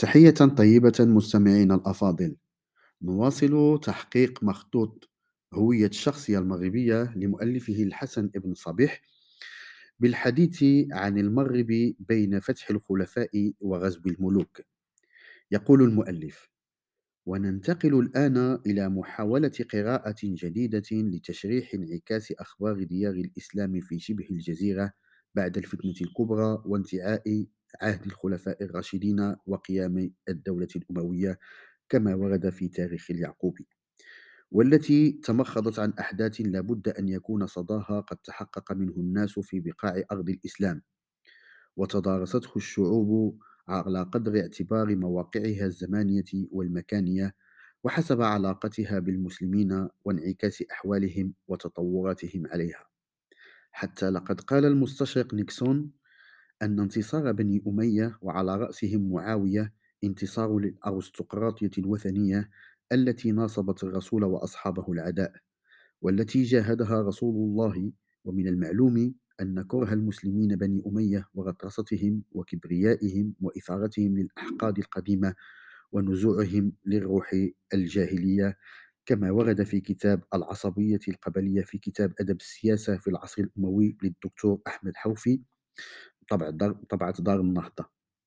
تحية طيبة مستمعينا الأفاضل. نواصل تحقيق مخطوط هوية الشخصية المغربية لمؤلفه الحسن ابن صبيح بالحديث عن المغرب بين فتح الخلفاء وغزو الملوك. يقول المؤلف: وننتقل الآن إلى محاولة قراءة جديدة لتشريح انعكاس أخبار ديار الإسلام في شبه الجزيرة بعد الفتنة الكبرى وانتهاء عهد الخلفاء الراشدين وقيام الدولة الأموية كما ورد في تاريخ اليعقوبي، والتي تمخضت عن أحداث لا بد أن يكون صداها قد تحقق منه الناس في بقاع أرض الإسلام، وتدارسته الشعوب على قدر اعتبار مواقعها الزمانية والمكانية وحسب علاقتها بالمسلمين وانعكاس أحوالهم وتطوراتهم عليها. حتى لقد قال المستشرق نيكسون أن انتصار بني أمية وعلى رأسهم معاوية انتصار للأرستقراطية الوثنية التي ناصبت الرسول وأصحابه العداء، والتي جاهدها رسول الله. ومن المعلوم أن كره المسلمين بني أمية وغطرستهم وكبريائهم وإثارتهم للأحقاد القديمة ونزوعهم للروح الجاهلية، كما ورد في كتاب العصبية القبلية في كتاب أدب السياسة في العصر الأموي للدكتور أحمد حوفي، طبعة دار النهضة.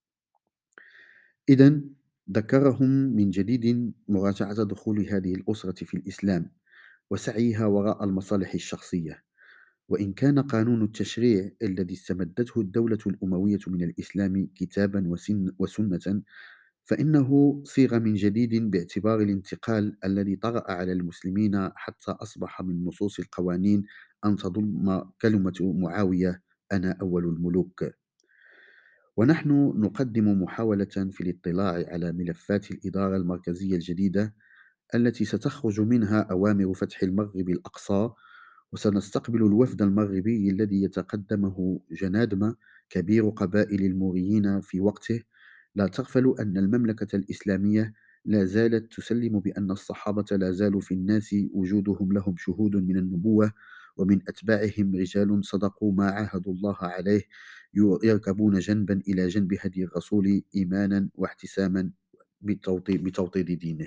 إذا ذكرهم من جديد مراجعة دخول هذه الأسرة في الإسلام وسعيها وراء المصالح الشخصية. وإن كان قانون التشريع الذي استمدته الدولة الأموية من الإسلام كتابا وسنة، فإنه صيغ من جديد باعتبار الانتقال الذي طرأ على المسلمين حتى أصبح من نصوص القوانين أن تضم كلمة معاوية: أنا أول الملوك. ونحن نقدم محاولة في الاطلاع على ملفات الإدارة المركزية الجديدة التي ستخرج منها أوامر فتح المغرب الأقصى، وسنستقبل الوفد المغربي الذي يتقدمه جنادم كبير قبائل الموريين في وقته. لا تغفلوا أن المملكة الإسلامية لا زالت تسلم بأن الصحابة لا زالوا في الناس وجودهم لهم شهود من النبوة، ومن أتباعهم رجال صدقوا ما عاهدوا الله عليه، يركبون جنبا إلى جنب هدي الرسول إيمانا واحتساما بتوطيد دينه.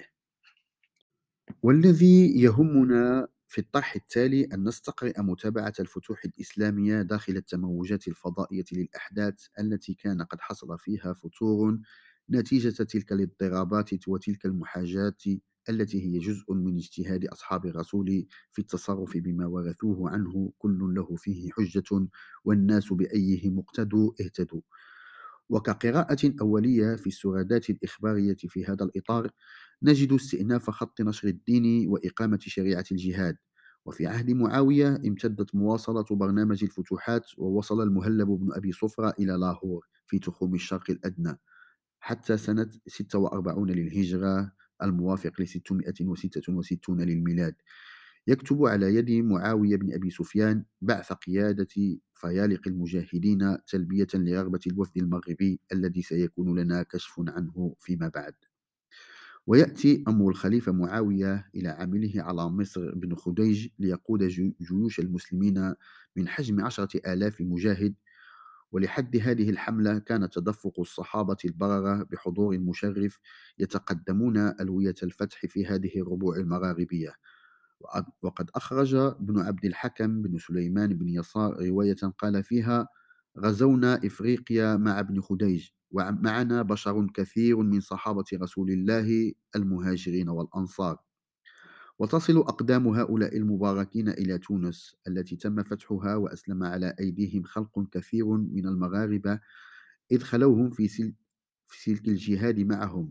والذي يهمنا في الطرح التالي أن نستقرئ متابعة الفتوح الإسلامية داخل التموجات الفضائية للأحداث التي كان قد حصل فيها فتور نتيجة تلك الاضطرابات وتلك المحاجات التي هي جزء من اجتهاد أصحاب الرسول في التصرف بما ورثوه عنه، كل له فيه حجة والناس بأيه مقتدوا اهتدوا. وكقراءة أولية في السردات الإخبارية في هذا الإطار، نجد استئناف خط نشر الدين وإقامة شريعة الجهاد. وفي عهد معاوية امتدت مواصلة برنامج الفتوحات، ووصل المهلب بن أبي صفرة إلى لاهور في تخوم الشرق الأدنى حتى سنة 46 للهجرة الموافق ل 666 للميلاد، يكتب على يد معاوية بن أبي سفيان بعث قيادة فيالق المجاهدين تلبية لرغبة الوفد المغربي الذي سيكون لنا كشف عنه فيما بعد. ويأتي أمر الخليفة معاوية إلى عامله على مصر بن خديج ليقود جيوش المسلمين من حجم 10,000 مجاهد. ولحد هذه الحملة كان تدفق الصحابة البررة بحضور مشرف يتقدمون ألوية الفتح في هذه الربوع المغاربية. وقد أخرج ابن عبد الحكم بن سليمان بن يسار رواية قال فيها: غزونا إفريقيا مع ابن خديج ومعنا بشر كثير من صحابة رسول الله المهاجرين والأنصار. وتصل أقدام هؤلاء المباركين إلى تونس التي تم فتحها وأسلم على أيديهم خلق كثير من المغاربة، إذ خلوهم في سلك الجهاد معهم.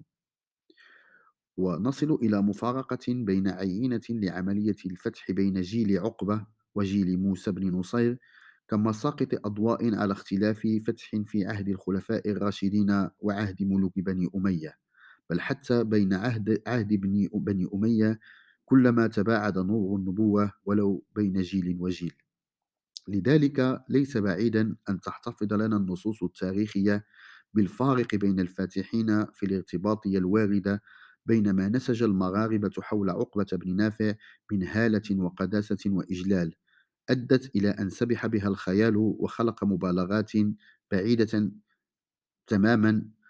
ونصل إلى مفارقة بين عينة لعملية الفتح بين جيل عقبة وجيل موسى بن نصير، كما ساقط أضواء على اختلاف فتح في عهد الخلفاء الراشدين وعهد ملوك بني أمية، بل حتى بين عهد بني أمية كلما تباعد نور النبوة ولو بين جيل وجيل. لذلك ليس بعيدا أن تحتفظ لنا النصوص التاريخية بالفارق بين الفاتحين في الارتباطية الواردة بين ما نسج المغاربة حول عقبة بن نافع من هالة وقداسة وإجلال، أدت إلى أن سبح بها الخيال وخلق مبالغات بعيدة تماما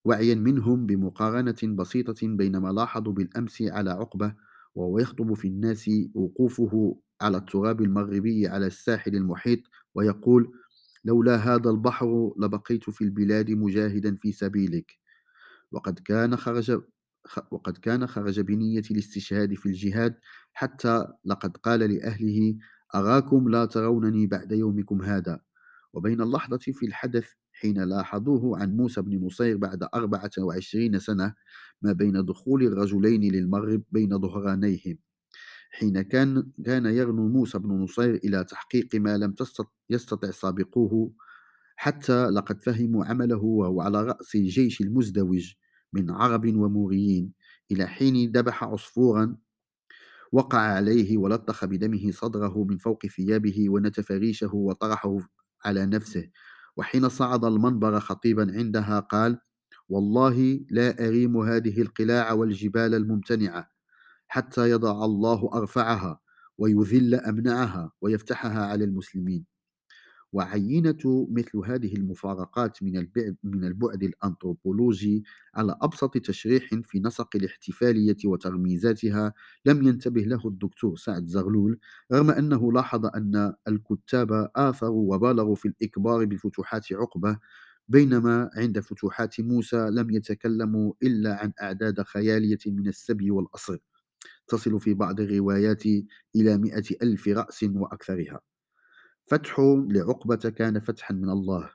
وعيا منهم بمقارنة بسيطة بين ما لاحظوا بالأمس على عقبة وهو يخطب في الناس وقوفه على التراب المغربي على الساحل المحيط ويقول: لولا هذا البحر لبقيت في البلاد مجاهدا في سبيلك. وقد كان خرج وقد كان خرج بنية الاستشهاد في الجهاد، حتى لقد قال لأهله: أراكم لا ترونني بعد يومكم هذا. وبين اللحظة في الحدث حين لاحظوه عن موسى بن نصير بعد 24 سنة، ما بين دخول الرجلين للمغرب بين ظهرانيهم، حين كان يغنو موسى بن نصير إلى تحقيق ما لم يستطع سابقوه، حتى لقد فهموا عمله وهو على رأس الجيش المزدوج من عرب وموريين، إلى حين ذبح عصفورا وقع عليه ولطخ بدمه صدره من فوق ثيابه ونتف ريشه وطرحه على نفسه. وحين صعد المنبر خطيبا عندها قال: والله لا أريم هذه القلاع والجبال الممتنعة حتى يضع الله أرفعها ويذل أمنعها ويفتحها على المسلمين. وعينة مثل هذه المفارقات من البعد الأنثروبولوجي على أبسط تشريح في نسق الاحتفالية وترميزاتها لم ينتبه له الدكتور سعد زغلول، رغم أنه لاحظ أن الكتاب آثروا وبالغوا في الإكبار بفتوحات عقبة، بينما عند فتوحات موسى لم يتكلموا إلا عن أعداد خيالية من السبي والأسر تصل في بعض الروايات إلى 100,000 رأس وأكثرها. فتح لعقبة كان فتحا من الله.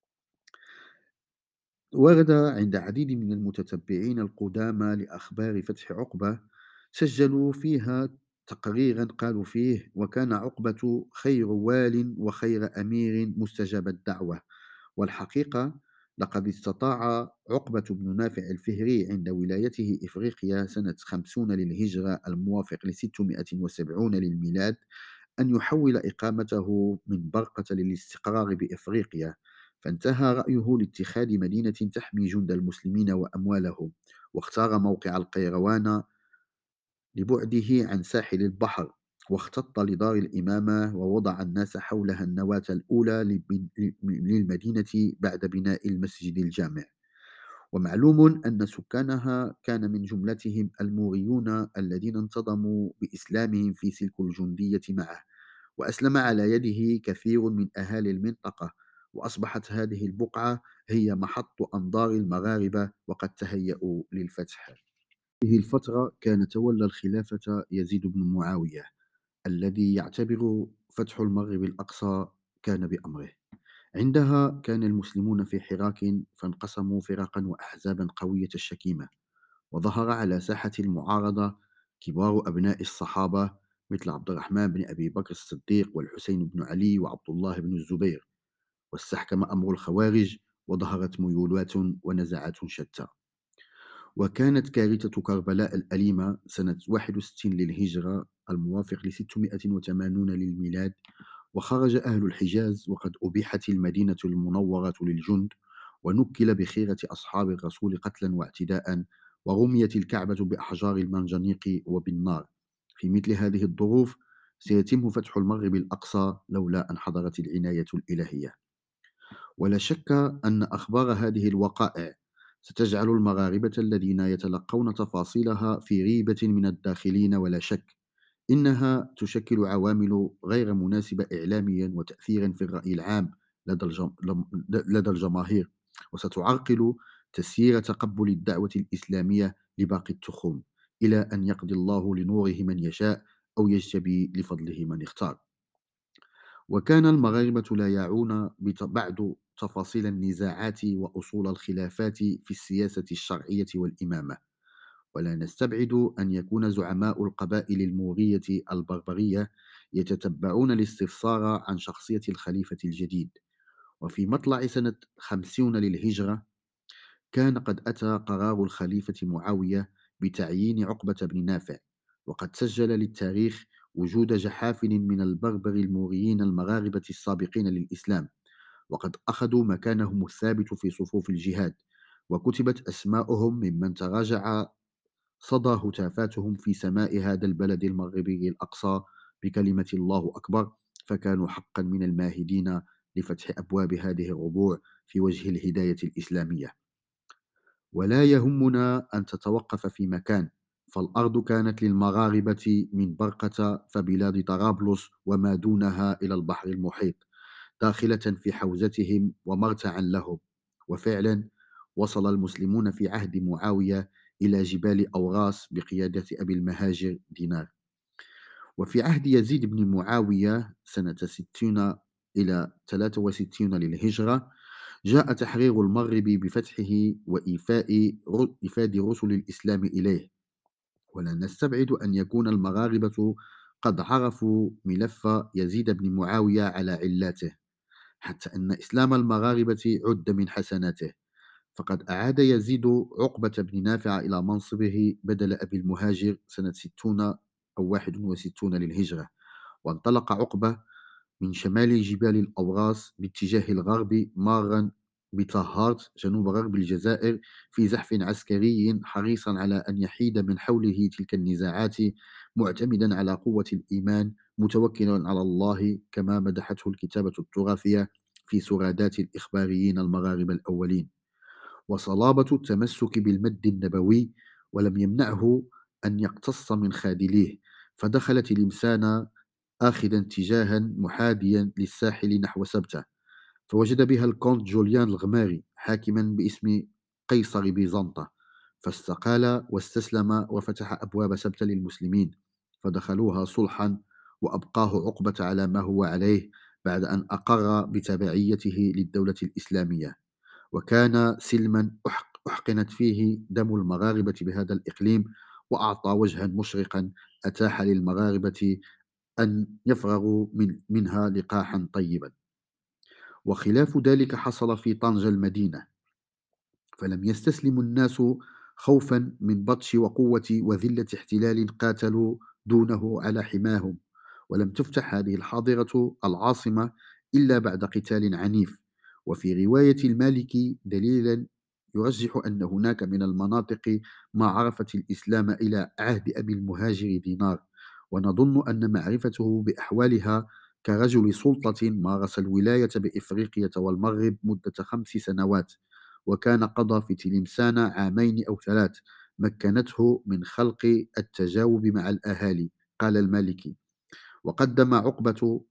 ورد عند عديد من المتتبعين القدامى لأخبار فتح عقبة، سجلوا فيها تقريرا قالوا فيه: وكان عقبة خير وال وخير أمير مستجاب الدعوة. والحقيقة لقد استطاع عقبة بن نافع الفهري عند ولايته إفريقيا سنة 50 للهجرة الموافق ل670 للميلاد أن يحول إقامته من برقة للاستقرار بإفريقيا، فانتهى رأيه لاتخاذ مدينة تحمي جند المسلمين وأموالهم، واختار موقع القيروان لبعده عن ساحل البحر، واختط لدار الإمامة ووضع الناس حولها النواة الأولى للمدينة بعد بناء المسجد الجامع. ومعلوم أن سكانها كان من جملتهم الموريون الذين انتظموا بإسلامهم في سلك الجندية معه، وأسلم على يده كثير من أهالي المنطقة، وأصبحت هذه البقعة هي محط أنظار المغاربة وقد تهيأوا للفتح. في هذه الفترة كان تولى الخلافة يزيد بن معاوية، الذي يعتبر فتح المغرب الأقصى كان بأمره. عندها كان المسلمون في حراك، فانقسموا فرقا وأحزابا قوية الشكيمة، وظهر على ساحة المعارضة كبار أبناء الصحابة مثل عبد الرحمن بن أبي بكر الصديق والحسين بن علي وعبد الله بن الزبير، واستحكم أمر الخوارج، وظهرت ميولات ونزعات شتى. وكانت كارثة كربلاء الأليمة سنة 61 للهجرة الموافق ل680 للميلاد، وخرج أهل الحجاز وقد أبيحت المدينة المنورة للجند، ونكل بخيرة أصحاب الرسول قتلا واعتداء، ورميت الكعبة بأحجار المنجنيق وبالنار. في مثل هذه الظروف سيتم فتح المغرب الأقصى لولا أن حضرت العناية الإلهية. ولا شك أن أخبار هذه الوقائع ستجعل المغاربة الذين يتلقون تفاصيلها في ريبة من الداخلين، ولا شك إنها تشكل عوامل غير مناسبة إعلاميا وتأثيرا في الرأي العام لدى الجماهير، وستعرقل تسيير تقبل الدعوة الإسلامية لباقي التخوم، إلى أن يقضي الله لنوره من يشاء أو يجتبي لفضله من اختار. وكان المغاربة لا يعون بعد تفاصيل النزاعات وأصول الخلافات في السياسة الشرعية والإمامة، ولا نستبعد أن يكون زعماء القبائل المورية البربرية يتتبعون الاستفسار عن شخصية الخليفة الجديد. وفي مطلع سنة 50 للهجرة كان قد أتى قرار الخليفة معاوية بتعيين عقبة بن نافع، وقد سجل للتاريخ وجود جحافل من البربر الموريين المغاربة السابقين للإسلام، وقد أخذوا مكانهم الثابت في صفوف الجهاد، وكتبت أسماؤهم ممن تراجع صدى هتافاتهم في سماء هذا البلد المغربي الأقصى بكلمة الله أكبر، فكانوا حقا من الماهدين لفتح أبواب هذه الربوع في وجه الهداية الإسلامية. ولا يهمنا أن تتوقف في مكان، فالأرض كانت للمغاربة من برقة فبلاد طرابلس وما دونها إلى البحر المحيط داخلة في حوزتهم ومرتعا لهم. وفعلا وصل المسلمون في عهد معاوية إلى جبال أوغاس بقيادة أبي المهاجر دينار. وفي عهد يزيد بن معاوية سنة 60 إلى 63 للهجرة جاء تحرير المغرب بفتحه وإيفاد رسل الإسلام إليه. ولا نستبعد أن يكون المغاربة قد عرفوا ملف يزيد بن معاوية على علاته، حتى أن إسلام المغاربة عد من حسناته. فقد أعاد يزيد عقبة بن نافع إلى منصبه بدل أبي المهاجر سنة 60 أو 61 للهجرة. وانطلق عقبة من شمال جبال الأوراس باتجاه الغرب مارا بطهارت جنوب غرب الجزائر في زحف عسكري حريصا على أن يحيد من حوله تلك النزاعات، معتمدا على قوة الإيمان متوكلا على الله، كما مدحته الكتابة التراثية في سرادات الإخباريين المغاربة الأولين. وصلابة التمسك بالمد النبوي ولم يمنعه أن يقتص من خاذليه، فدخل تلمسان آخذا اتجاها محاذيا للساحل نحو سبتة، فوجد بها الكونت جوليان الغماري حاكما باسم قيصر بيزنطة، فاستقال واستسلم وفتح أبواب سبتة للمسلمين، فدخلوها صلحا وأبقاه عقبة على ما هو عليه بعد أن أقر بتبعيته للدولة الإسلامية. وكان سلما أحقنت فيه دم المغاربة بهذا الإقليم، وأعطى وجها مشرقا أتاح للمغاربة أن يفرغوا منها لقاحا طيبا. وخلاف ذلك حصل في طنجة المدينة، فلم يستسلم الناس خوفا من بطش وقوة وذلة احتلال قاتلوا دونه على حماهم. ولم تفتح هذه الحاضرة العاصمة إلا بعد قتال عنيف. وفي رواية المالكي دليلا يرجح أن هناك من المناطق ما عرفت الإسلام إلى عهد أبي المهاجر دينار. ونظن أن معرفته بأحوالها كرجل سلطة مارس الولاية بإفريقية والمغرب مدة 5 سنوات، وكان قضى في تلمسان عامين أو 3، مكنته من خلق التجاوب مع الأهالي. قال المالكي: وقدم عقبة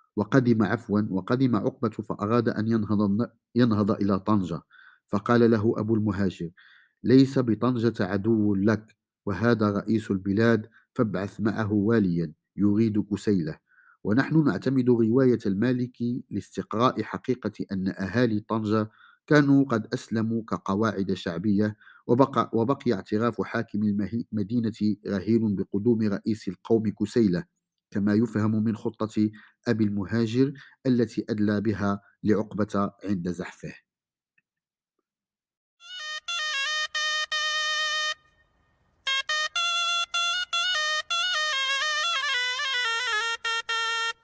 وقدم عقبة فأراد أن ينهض إلى طنجة، فقال له أبو المهاجر: ليس بطنجة عدو لك، وهذا رئيس البلاد، فابعث معه واليا يريد كسيلة. ونحن نعتمد رواية المالكي لاستقراء حقيقة أن أهالي طنجة كانوا قد أسلموا كقواعد شعبية، وبقي اعتراف حاكم المدينة رهين بقدوم رئيس القوم كسيلة، كما يفهم من خطة أبي المهاجر التي أدلى بها لعقبة عند زحفه.